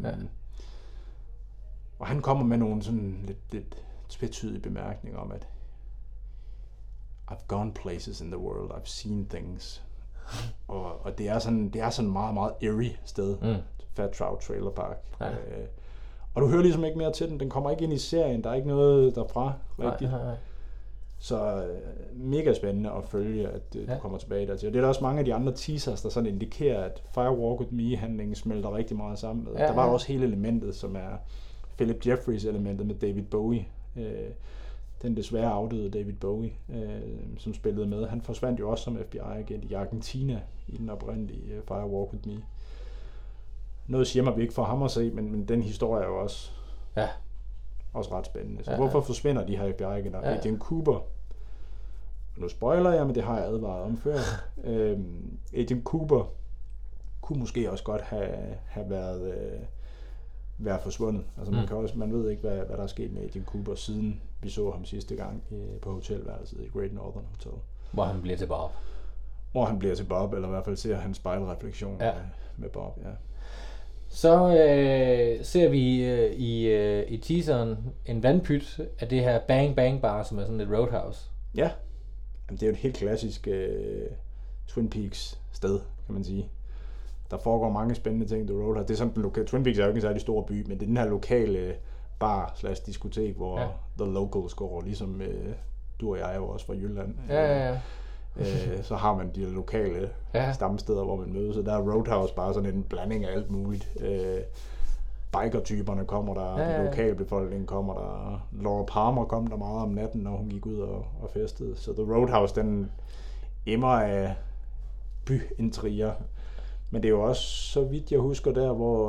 [SPEAKER 3] Og han kommer med nogle sådan lidt tvetydige bemærkninger om, at I've gone places in the world, I've seen things. Og det er sådan meget, meget eerie sted, Fat Trout Trailer Park. Ja. Og du hører ligesom ikke mere til den. Den kommer ikke ind i serien. Der er ikke noget derfra rigtigt. Nej. Så mega spændende at følge, at du kommer tilbage dertil. Og det er der også mange af de andre teasers, der sådan indikerer, at Firewalk with Me-handlingen smelter rigtig meget sammen med. Der var også hele elementet, som er Philip Jeffries elementet med David Bowie. Den desværre afdøde David Bowie, som spillede med. Han forsvandt jo også som FBI-agent i Argentina i den oprindelige Firewalk with Me. Noget siger mig, at vi ikke får ham at se, men den historie er jo også ret spændende. Så hvorfor forsvinder de her FBI-agenter? Agent Cooper, nu spoiler jeg, men det har jeg advaret om før. Agent Cooper kunne måske også godt have været forsvundet. Altså man ved ikke, hvad der er sket med Agent Cooper, siden vi så ham sidste gang på hotelværelset i Great Northern Hotel.
[SPEAKER 2] Hvor han bliver til Bob.
[SPEAKER 3] Hvor han bliver til Bob, eller i hvert fald ser hans spejlreflektion med Bob,
[SPEAKER 2] Så ser vi i teaseren en vandpyt af det her Bang Bang Bar, som er sådan et roadhouse.
[SPEAKER 3] Ja, jamen, det er jo et helt klassisk Twin Peaks sted, kan man sige. Der foregår mange spændende ting i The Roadhouse. Det er sådan, Twin Peaks er jo ikke en særlig stor by, men det er den her lokale bar/diskotek, hvor The Locals går, ligesom du og jeg er jo også fra Jylland. Så har man de lokale stamsteder, hvor man mødes. Så der er Roadhouse bare sådan en blanding af alt muligt. Biker-typerne kommer der, den lokale befolkning kommer der. Laura Palmer kom der meget om natten, når hun gik ud og festede. Så The Roadhouse, den emmer af byintriger. Men det er jo også, så vidt jeg husker, der,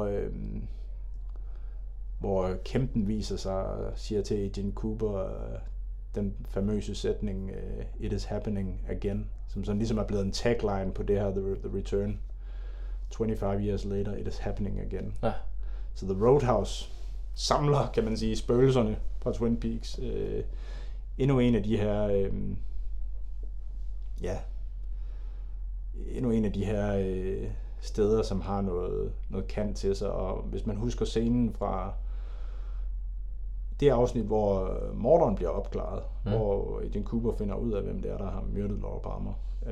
[SPEAKER 3] hvor Kempton viser sig og siger til Agent Cooper den famøse sætning, It is happening again, som sådan ligesom er blevet en tagline på det her, The Return. 25 years later, it is happening again. Ja. Så The Roadhouse samler, kan man sige, spøgelserne fra Twin Peaks. Endnu en af de her, steder, som har noget kant til sig. Og hvis man husker scenen fra det afsnit, hvor morderen bliver opklaret, hvor Agent Cooper finder ud af, hvem det er, der har myrdet Laura Palmer.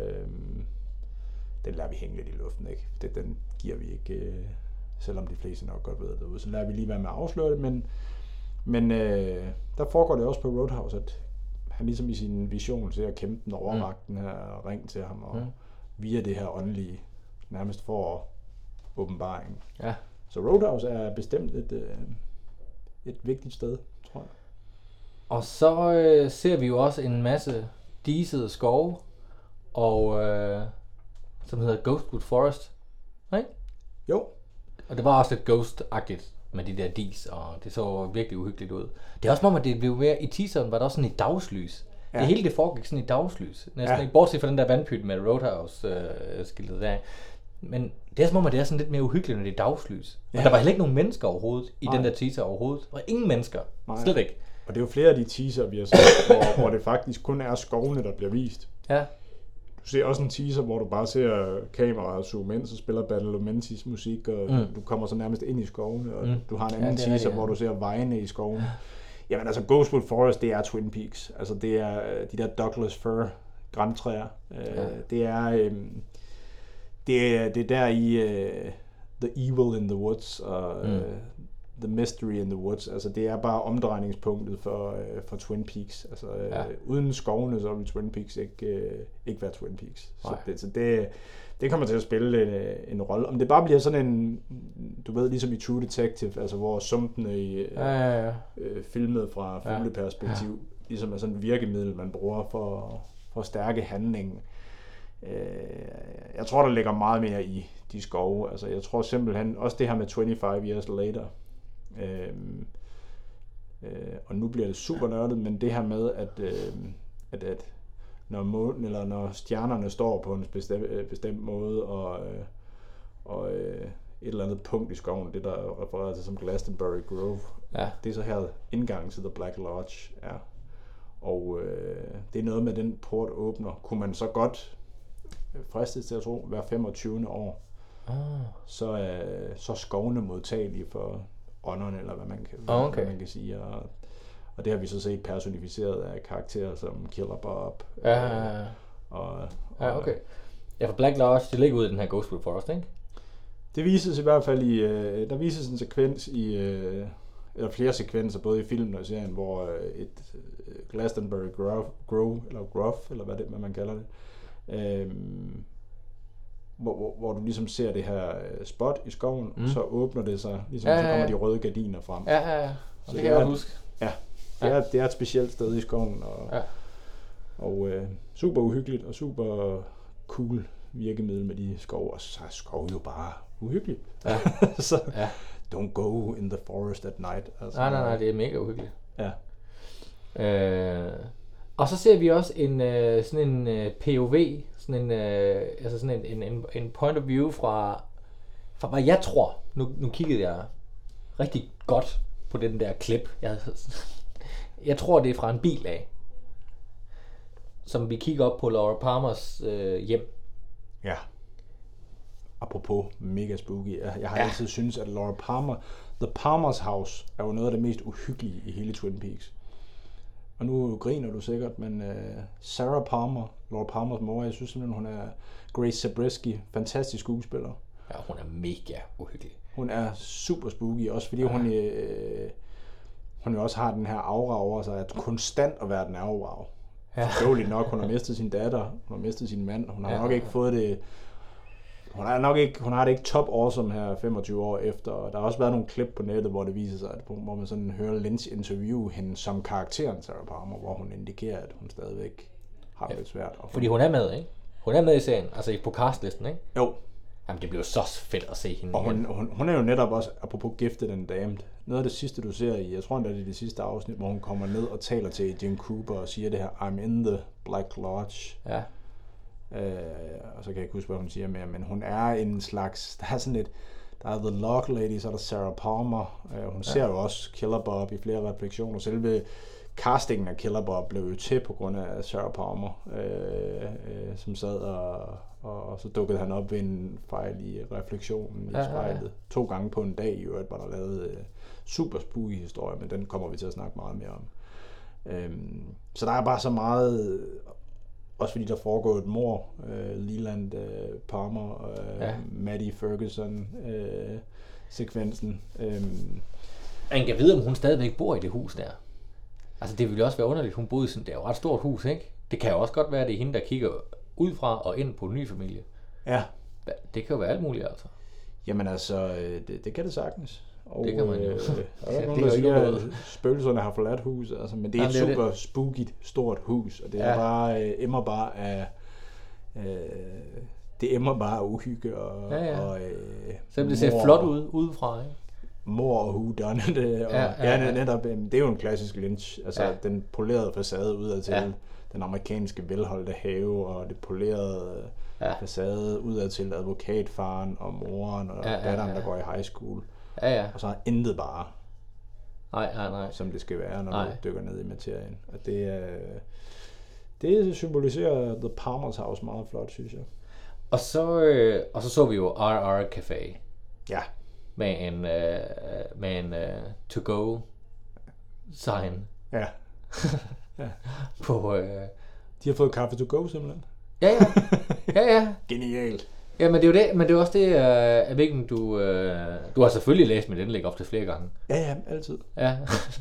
[SPEAKER 3] Den lader vi hænge lidt i luften, ikke? Den giver vi ikke, selvom de fleste nok godt ved det derude. Så lader vi lige være med at afsløre det, men der foregår det også på Roadhouse, at han ligesom i sin vision ser at kæmpe den overragt den her ring til ham, og via det her åndelige, nærmest for åbenbaring.
[SPEAKER 2] Ja.
[SPEAKER 3] Så Roadhouse er bestemt et vigtigt sted, tror jeg.
[SPEAKER 2] Og så ser vi jo også en masse disede skove, og som hedder Ghostwood Forest, ikke?
[SPEAKER 3] Jo.
[SPEAKER 2] Og det var også lidt ghost-agtigt med de der dis, og det så virkelig uhyggeligt ud. Det er også som om, at det blev mere, i teaseren var der også sådan i dagslys. Ja. Det hele det foregik sådan i dagslys. Næsten ikke, bortset fra den der vandpyt med Roadhouse-skiltet der. Men det er som om, at det er sådan lidt mere uhyggeligt, når det er dagslys. Ja. Og der var heller ikke nogen mennesker overhovedet i den der teaser overhovedet. Der var ingen mennesker. Nej. Slet ikke.
[SPEAKER 3] Og det er jo flere af de teaser, vi har set, hvor det faktisk kun er skovene, der bliver vist.
[SPEAKER 2] Ja.
[SPEAKER 3] Du ser også en teaser, hvor du bare ser kameraet zoome ind, så spiller Battle of Mentis musik, og du kommer så nærmest ind i skovene, og du har en anden teaser, hvor du ser vejene i skovene. Jamen altså, Ghostwood Forest, det er Twin Peaks. Altså, det er de der Douglas Fir grantræer. Det er der i The Evil in the Woods og The Mystery in the Woods. Altså, det er bare omdrejningspunktet for Twin Peaks. Altså, uden skovene, så vil Twin Peaks ikke være Twin Peaks. Så det kommer til at spille en rolle. Om det bare bliver sådan en, du ved, ligesom i True Detective, altså hvor sumpene i filmet fra fugleperspektiv, ligesom er sådan et virkemiddel, man bruger for at stærke handlingen. Jeg tror, der ligger meget mere i de skove. Altså, jeg tror simpelthen, også det her med 25 Years Later, og nu bliver det super nørdet, men det her med, at når stjernerne står på en bestemt måde, og et eller andet punkt i skoven, det der refererer til som Glastonbury Grove, det er så her indgangen til The Black Lodge er. Og det er noget med den port åbner. Kunne man så godt fristes til at tro, hver 25. år, så er skovene modtagelige for ånderne, eller hvad man kan sige. Og det har vi så set personificeret af karakterer som Killer Bob.
[SPEAKER 2] Okay. Ja, for Black Lodge, det ligger ud i den her Ghostwood Forest, ikke?
[SPEAKER 3] Det vises i hvert fald der vises en sekvens eller flere sekvenser, både i filmen og i serien, hvor et Glastonbury Grove, eller hvad man kalder det, hvor du ligesom ser det her spot i skoven, og så åbner det sig, ligesom så kommer de røde gardiner frem.
[SPEAKER 2] Så det kan jeg huske.
[SPEAKER 3] Det er et specielt sted i skoven, og super uhyggeligt og super cool virkemiddel med de skove, og så er skov jo bare uhyggeligt. Så don't go in the forest at night. Altså,
[SPEAKER 2] nej, det er mega uhyggeligt.
[SPEAKER 3] Ja.
[SPEAKER 2] Og så ser vi også sådan en POV, sådan en point of view fra hvad jeg tror. Nu kiggede jeg rigtig godt på den der klip. Jeg tror, det er fra en bil af, som vi kigger op på Laura Palmers hjem.
[SPEAKER 3] Ja. Apropos mega spooky. Jeg har altid syntes, at Laura Palmer, The Palmer's House, er jo noget af det mest uhyggelige i hele Twin Peaks. Og nu griner du sikkert, men Sarah Palmer, Laura Palmers mor, jeg synes simpelthen, hun er Grace Zabriskie, fantastisk skuespiller.
[SPEAKER 2] Ja, hun er mega uhyggelig.
[SPEAKER 3] Hun er super spooky, også fordi hun jo også har den her aura over sig, at konstant at være den aura. Forståeligt nok, hun har mistet sin datter, hun har mistet sin mand, hun har nok ikke fået det. Hun har det ikke top awesome her 25 år efter, og der har også været nogle klip på nettet, hvor det viser sig, hvor man sådan hører Lynch interview hende som karakteren Sarah Palmer, hvor hun indikerer, at hun stadigvæk har det lidt svært.
[SPEAKER 2] Fordi hun er med, ikke? Hun er med i serien, altså på castlisten, ikke?
[SPEAKER 3] Jo.
[SPEAKER 2] Jamen, det bliver så fedt at se hende.
[SPEAKER 3] Og hun er jo netop også, apropos Gifted and Damned, noget af det sidste, du ser i, jeg tror endda, det er det sidste afsnit, hvor hun kommer ned og taler til Jim Cooper og siger det her, I'm in the Black Lodge.
[SPEAKER 2] Ja.
[SPEAKER 3] Og så kan jeg ikke huske, hvad hun siger mere, men hun er en slags, der er The Log Lady, så er der Sarah Palmer, hun ser jo også Killer Bob i flere refleksioner. Selve castingen af Killer Bob blev jo til på grund af Sarah Palmer, som sad og så dukkede han op ved en fejl i refleksionen i spejlet. 2 gange på en dag i øvrigt, hvor der lavet super spooky historie, men den kommer vi til at snakke meget mere om. Så der er bare så meget, også fordi der foregår et mord, Leland Palmer, Maddie Ferguson sekvensen.
[SPEAKER 2] Man kan vide, om hun stadigvæk bor i det hus der. Altså det ville også være underligt, hun boede i sådan, det er jo et ret stort hus, ikke? Det kan jo også godt være, at det er hende, der kigger ud fra og ind på en ny familie.
[SPEAKER 3] Ja.
[SPEAKER 2] Det kan jo være alt muligt, altså.
[SPEAKER 3] Jamen altså, det kan det sagtens. Og,
[SPEAKER 2] det kan man jo.
[SPEAKER 3] Der er nogen, der siger, at spøgelserne har forladt huset, altså, men det er et super spooky stort hus, og det er bare, emmer bare af, det emmer bare af uhygge, og, og
[SPEAKER 2] så det ser flot ud udefra, ikke?
[SPEAKER 3] Mor og whodunit det, og netop, det er jo en klassisk Lynch, altså den polerede facade udadtil, den amerikanske velholdte have, og det polerede facade udadtil advokatfaren og moren og datteren, der går i high school. Og så er intet bare,
[SPEAKER 2] nej,
[SPEAKER 3] som det skal være, når du dykker ned i materien. Og det symboliserer The Palmer's House meget flot, synes jeg.
[SPEAKER 2] Og så vi jo RR Café.
[SPEAKER 3] Ja.
[SPEAKER 2] Med en to-go sign.
[SPEAKER 3] Ja.
[SPEAKER 2] På,
[SPEAKER 3] de har fået kaffe to go, simpelthen.
[SPEAKER 2] Ja.
[SPEAKER 3] Genialt.
[SPEAKER 2] Ja, men det er jo det, men det er også det, at hvilken du har selvfølgelig læst mit indlæg op til flere gange.
[SPEAKER 3] Ja, altid.
[SPEAKER 2] Ja.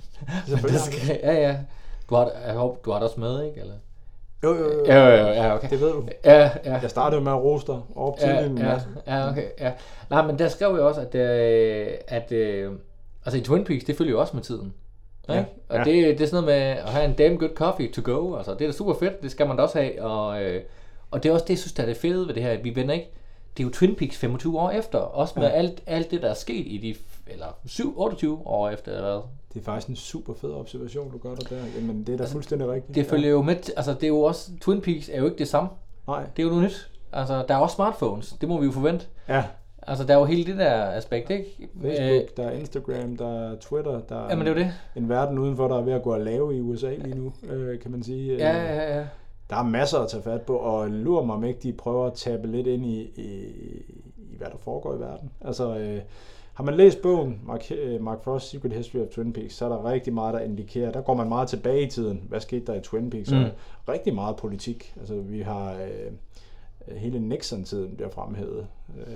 [SPEAKER 2] Jeg håber, du har det også med, ikke? Eller?
[SPEAKER 3] Jo.
[SPEAKER 2] Ja, okay.
[SPEAKER 3] Det ved du.
[SPEAKER 2] Ja.
[SPEAKER 3] Jeg startede med at rose dig op til din masse.
[SPEAKER 2] Ja, okay. Ja. Nej, men der skrev jeg også, at altså i Twin Peaks, det følger jo også med tiden. Ja. Og det er sådan noget med at have en damn good coffee to go. Altså, det er da super fedt, det skal man da også have. Og det er også det, jeg synes, der er det fede ved det her, at vi vender ikke. Det er jo Twin Peaks 25 år efter, også med alt det, der er sket i de, eller 28 år efter, eller hvad?
[SPEAKER 3] Det er faktisk en super fed observation, du gør der. Jamen, det er da fuldstændig rigtigt.
[SPEAKER 2] Det følger jo med, altså det er jo også, Twin Peaks er jo ikke det samme.
[SPEAKER 3] Nej.
[SPEAKER 2] Det er jo noget nyt. Altså, der er også smartphones, det må vi jo forvente.
[SPEAKER 3] Ja.
[SPEAKER 2] Altså, der er jo hele det der aspekt, ikke?
[SPEAKER 3] Facebook, der er Instagram, der er Twitter, der er
[SPEAKER 2] det er det.
[SPEAKER 3] En verden udenfor, der er ved at gå at lave i USA lige nu, kan man sige.
[SPEAKER 2] Ja.
[SPEAKER 3] Der er masser at tage fat på, og lurer mig om ikke, de prøver at tabe lidt ind i hvad der foregår i verden. Altså, har man læst bogen, Mark Frost's Secret History of Twin Peaks, så er der rigtig meget, der indikerer, der går man meget tilbage i tiden. Hvad skete der i Twin Peaks? Og rigtig meget politik. Altså, vi har hele Nixon-tiden bliver fremhævet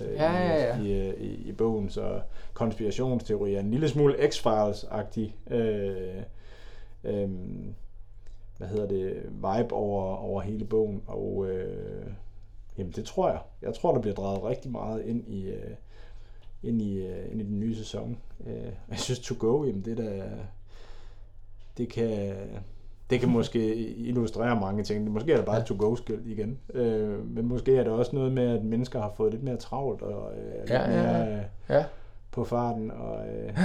[SPEAKER 3] i bogen, så konspirationsteorier, en lille smule X-Files-agtig vibe over hele bogen, og jamen det tror jeg. Jeg tror, der bliver drejet rigtig meget ind i den nye sæson. Jeg synes To Go, jamen det kan måske illustrere mange ting. Måske er det bare et to-go-skilt igen. Men måske er det også noget med, at mennesker har fået lidt mere travlt og lidt mere på farten. Og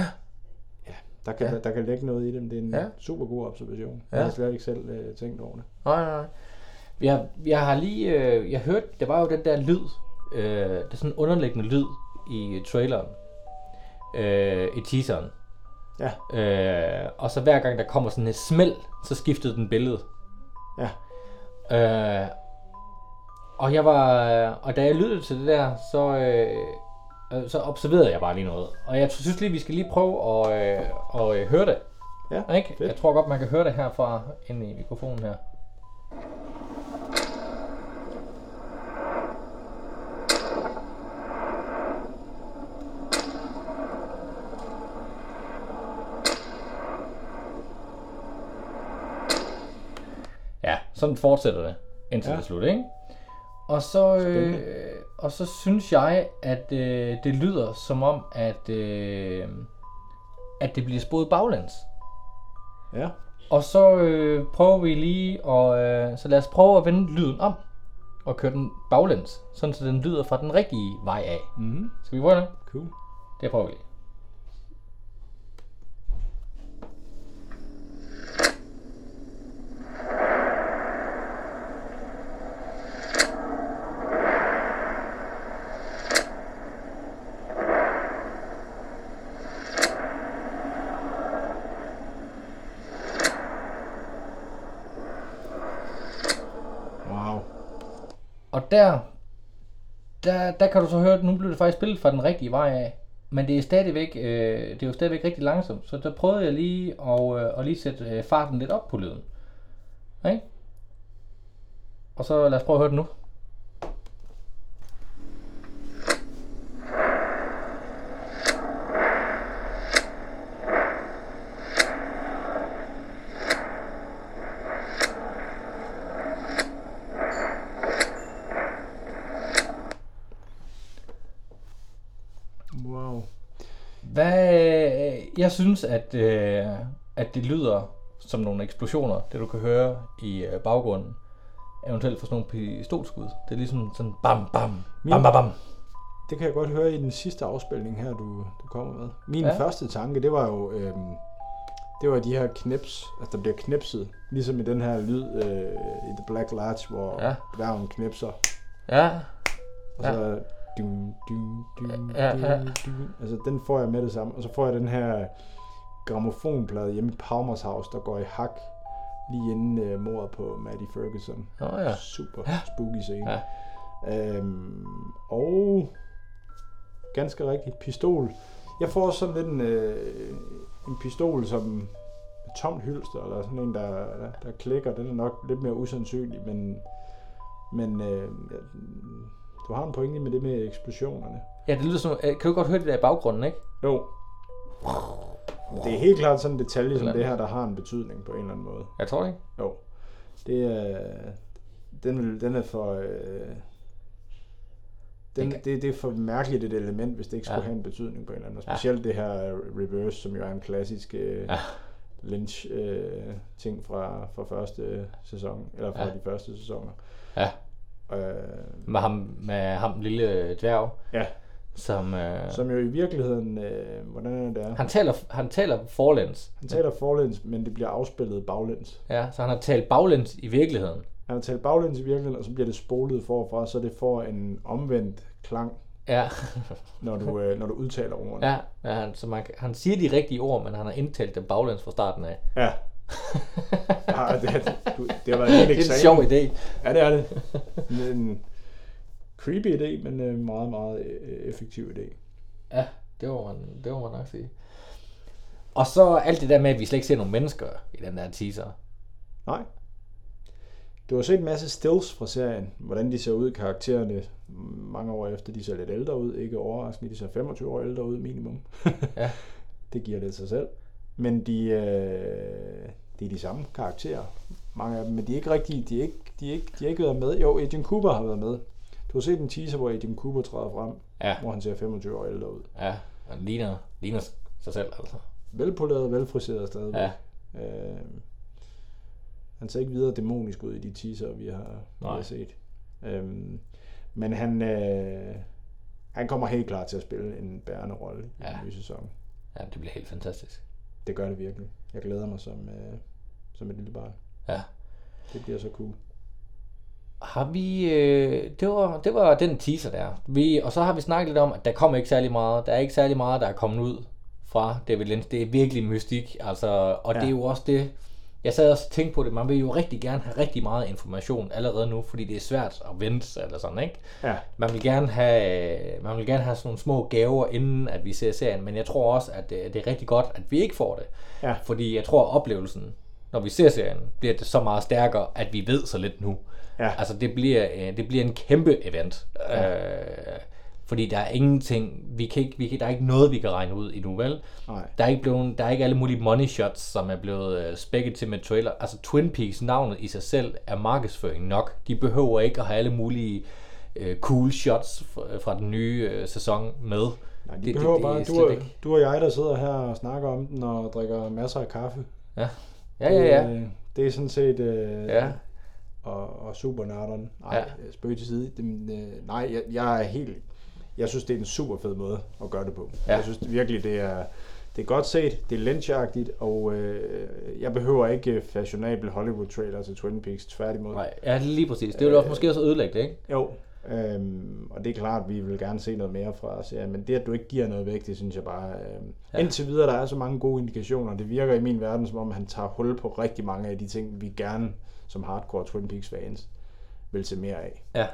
[SPEAKER 3] der kan ligge noget i dem. Det er en super god observation. Jeg har slet ikke selv tænkt over det.
[SPEAKER 2] Nej. Jeg har lige... jeg hørte, der var jo den der lyd. Det er sådan en underliggende lyd i traileren. I teaseren.
[SPEAKER 3] Ja.
[SPEAKER 2] Og så hver gang der kommer sådan et smæld, så skiftede den billede.
[SPEAKER 3] Ja.
[SPEAKER 2] Og da jeg lyttede til det der, så observerede jeg bare lige noget. Og jeg synes lige, vi skal lige prøve at høre det.
[SPEAKER 3] Ja,
[SPEAKER 2] ikke? Jeg tror godt, man kan høre det herfra inde i mikrofonen her. Ja, sådan fortsætter det indtil det slut, ikke? Og så synes jeg, at det lyder som om, at det bliver spolet baglæns.
[SPEAKER 3] Ja.
[SPEAKER 2] Og så prøver vi lige så lad os prøve at vende lyden om og køre den baglæns, sådan så den lyder fra den rigtige vej af.
[SPEAKER 3] Mm-hmm.
[SPEAKER 2] Skal vi prøve det?
[SPEAKER 3] Cool.
[SPEAKER 2] Det prøver vi lige. Og der kan du så høre, at nu bliver det faktisk spillet fra den rigtige vej af. Men det er stadigvæk, det er jo stadigvæk rigtig langsomt. Så der prøvede jeg lige at lige sætte farten lidt op på lyden. Okay? Og så lad os prøve at høre det nu. Jeg synes, at det lyder som nogle eksplosioner, det du kan høre i baggrunden. Eventuelt for sådan nogle pistolskud. Det er ligesom sådan bam, bam, bam, bam, bam.
[SPEAKER 3] Det kan jeg godt høre i den sidste afspilning her, du kommer med. Min første tanke, det var jo, det var de her knips, altså der bliver knipset, ligesom i den her lyd i The Black Latch, hvor dværgen knipser.
[SPEAKER 2] Ja.
[SPEAKER 3] Og så altså den får jeg med det samme. Og så får jeg den her gramofonplade hjemme i Palmer's House, der går i hak lige inden mordet på Maddie Ferguson. Super spooky scene. Ja. Og ganske rigtigt, pistol. Jeg får sådan lidt en pistol som et tomt hylster, eller sådan en, der klikker. Den er nok lidt mere usandsynlig, men du har en pointe med det med eksplosionerne.
[SPEAKER 2] Ja, det lyder som, kan du godt høre det der i baggrunden, ikke?
[SPEAKER 3] Jo. Det er helt klart sådan en detalje som det her, der har en betydning på en eller anden måde.
[SPEAKER 2] Jeg tror ikke.
[SPEAKER 3] Jo. Det er, den er for... Det er for mærkeligt et element, hvis det ikke skulle have en betydning på en eller anden måde. Specielt det her reverse, som jo er en klassisk Lynch ting fra første sæson, eller fra de første sæsoner.
[SPEAKER 2] Ja. Med ham lille dværg. Ja.
[SPEAKER 3] Som jo i virkeligheden, hvordan er det?
[SPEAKER 2] Han taler forlæns.
[SPEAKER 3] Han taler forlæns, men det bliver afspillet baglæns.
[SPEAKER 2] Ja, så han har talt baglæns i virkeligheden.
[SPEAKER 3] Han har talt baglæns i virkeligheden, og så bliver det spolet forfra, så det får en omvendt klang.
[SPEAKER 2] Ja. når
[SPEAKER 3] du udtaler ordene.
[SPEAKER 2] Ja, så han siger de rigtige ord, men han har indtalt dem baglæns fra starten af.
[SPEAKER 3] Ja. Det har været en helt eksamen.
[SPEAKER 2] Det er en sjov idé.
[SPEAKER 3] Ja, det er det. En creepy idé, men en meget, meget effektiv idé.
[SPEAKER 2] Ja, det var man nok sige. Og så alt det der med, at vi slet ikke ser nogen mennesker i den der teaser.
[SPEAKER 3] Nej. Du har set en masse stills fra serien, hvordan de ser ud, karaktererne mange år efter, de ser lidt ældre ud, ikke overraskende, de ser 25 år ældre ud minimum. Ja. Det giver det sig selv. Men det er de samme karakterer, mange af dem, men de er ikke rigtige, de har ikke været med. Jo, Agent Cooper har været med. Du har set en teaser, hvor Agent Cooper træder frem, hvor han ser 25 år ældre ud.
[SPEAKER 2] Ja, han ligner sig selv altså.
[SPEAKER 3] Velpoleret, velfriseret stadigvæk. Ja. Han ser ikke videre dæmonisk ud i de teaser, vi har set. Men han kommer helt klart til at spille en bærende rolle i den nye sæson.
[SPEAKER 2] Ja, det bliver helt fantastisk.
[SPEAKER 3] Det gør det virkelig. Jeg glæder mig som et lille barn.
[SPEAKER 2] Ja.
[SPEAKER 3] Det bliver så cool.
[SPEAKER 2] Har vi... Det var den teaser der. Og så har vi snakket lidt om, at der kommer ikke særlig meget. Der er ikke særlig meget, der er kommet ud fra David Lynch. Det er virkelig mystik. Altså, og det er jo også det... Jeg sad også og tænkte på det. Man vil jo rigtig gerne have rigtig meget information allerede nu, fordi det er svært at vente eller sådan, ikke? Ja. Man vil gerne have sådan nogle små gaver, inden at vi ser serien, men jeg tror også, at det er rigtig godt, at vi ikke får det. Ja. Fordi jeg tror, at oplevelsen, når vi ser serien, bliver det så meget stærkere, at vi ved så lidt nu. Ja. Altså, det bliver en kæmpe event. Ja. Fordi der er ingenting, der er ikke noget, vi kan regne ud endnu, vel? Nej. Der er ikke alle mulige money shots, som er blevet spækket til med trailer. Altså Twin Peaks, navnet i sig selv, er markedsføring nok. De behøver ikke at have alle mulige cool shots fra den nye sæson med.
[SPEAKER 3] Nej, de behøver bare, du og jeg, der sidder her og snakker om den og drikker masser af kaffe. Ja. Ja. Det er sådan set... Og supernørderne. Nej, spøg til side. Nej, jeg synes, det er en super fed måde at gøre det på. Ja. Jeg synes virkelig, det er godt set, det er Lynch-agtigt, og jeg behøver ikke fashionable Hollywood-trailer til Twin Peaks, tværtimod.
[SPEAKER 2] Nej, ja, lige præcis. Det vil også måske også ødelægge det, ikke?
[SPEAKER 3] Jo, og det er klart, at vi vil gerne se noget mere fra serien, men det, at du ikke giver noget væk, det synes jeg bare... Indtil videre, der er så mange gode indikationer. Det virker i min verden, som om han tager hul på rigtig mange af de ting, vi gerne, som hardcore Twin Peaks fans, vil se mere af. Ja.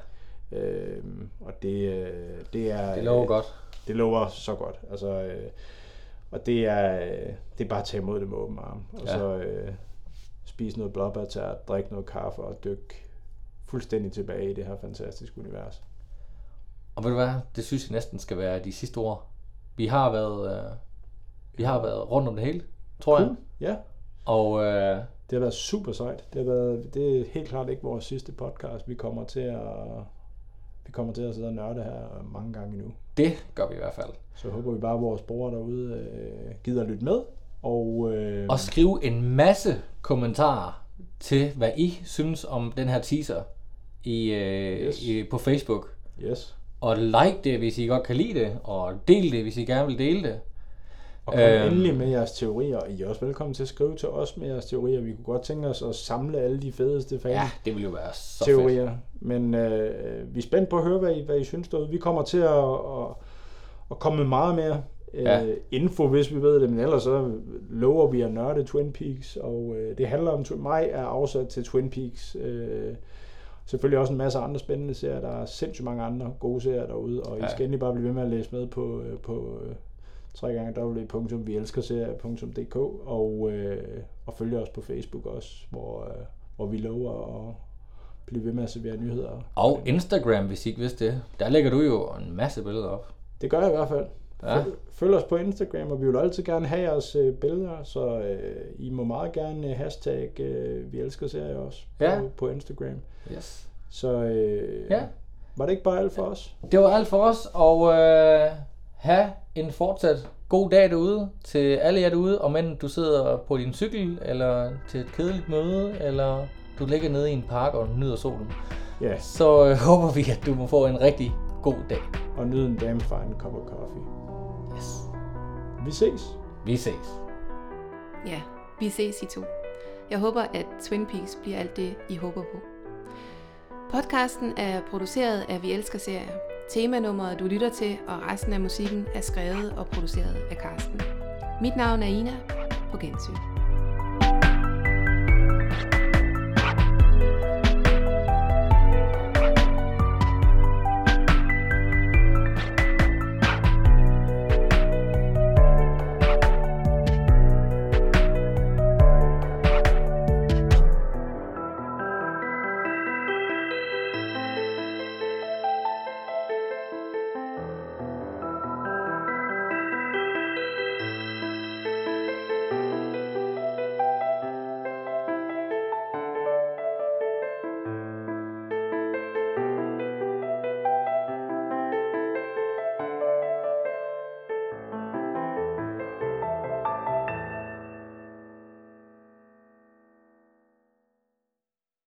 [SPEAKER 3] Og det er...
[SPEAKER 2] Det lover godt.
[SPEAKER 3] Det lover så godt. Altså, og det er bare at tage imod det med åben arm. Og så spise noget blåbærtært, drikke noget kaffe og dykke fuldstændig tilbage i det her fantastiske univers.
[SPEAKER 2] Og ved du hvad? Det synes jeg næsten skal være de sidste ord. Vi har været rundt om det hele, tror jeg.
[SPEAKER 3] Ja.
[SPEAKER 2] Og
[SPEAKER 3] det har været super sejt. Det er helt klart ikke vores sidste podcast. Vi kommer kommer til at sidde og nørde her mange gange endnu.
[SPEAKER 2] Det gør vi i hvert fald.
[SPEAKER 3] Så håber vi bare, at vores brugere derude gider lytte med.
[SPEAKER 2] Og skrive en masse kommentarer til, hvad I synes om den her teaser på Facebook.
[SPEAKER 3] Yes.
[SPEAKER 2] Og like det, hvis I godt kan lide det, og del det, hvis I gerne vil dele det.
[SPEAKER 3] Og kom endelig med jeres teorier, og I er også velkommen til at skrive til os med jeres teorier. Vi kunne godt tænke os at samle alle de fedeste fans.
[SPEAKER 2] Ja, det ville jo være så
[SPEAKER 3] teorier.
[SPEAKER 2] fedt.
[SPEAKER 3] Men vi er spændt på at høre, hvad I synes derude. Vi kommer til at komme med meget mere info, hvis vi ved det, men ellers så lover vi at nørde Twin Peaks, og det handler om, maj er afsat til Twin Peaks. Selvfølgelig også en masse andre spændende serier. Der er sindssygt mange andre gode serier derude, og I skal endelig bare blive ved med at læse med på www.vielskerserie.dk og følge os på Facebook også, hvor vi lover at blive ved med at servere nyheder.
[SPEAKER 2] Og Instagram, hvis I ikke vidste det. Der lægger du jo en masse billeder op.
[SPEAKER 3] Det gør jeg i hvert fald. Ja. Følg os på Instagram, og vi vil altid gerne have jeres billeder, så I må meget gerne hashtag Vi Elsker Serier også på Instagram.
[SPEAKER 2] Yes.
[SPEAKER 3] Så var det ikke bare alt for os?
[SPEAKER 2] Det var alt for os, og have en fortsat god dag derude til alle jer derude, om end du sidder på din cykel, eller til et kedeligt møde, eller du ligger nede i en park og nyder solen.
[SPEAKER 3] Ja.
[SPEAKER 2] Så håber vi, at du må få en rigtig god dag.
[SPEAKER 3] Og nyde en damn fine cup of coffee.
[SPEAKER 2] Yes.
[SPEAKER 3] Vi ses.
[SPEAKER 2] Vi ses.
[SPEAKER 1] Ja, vi ses I to. Jeg håber, at Twin Peaks bliver alt det, I håber på. Podcasten er produceret af Vi Elsker Serier. Temanummeret, du lytter til, og resten af musikken er skrevet og produceret af Carsten. Mit navn er Ina. På gensyn.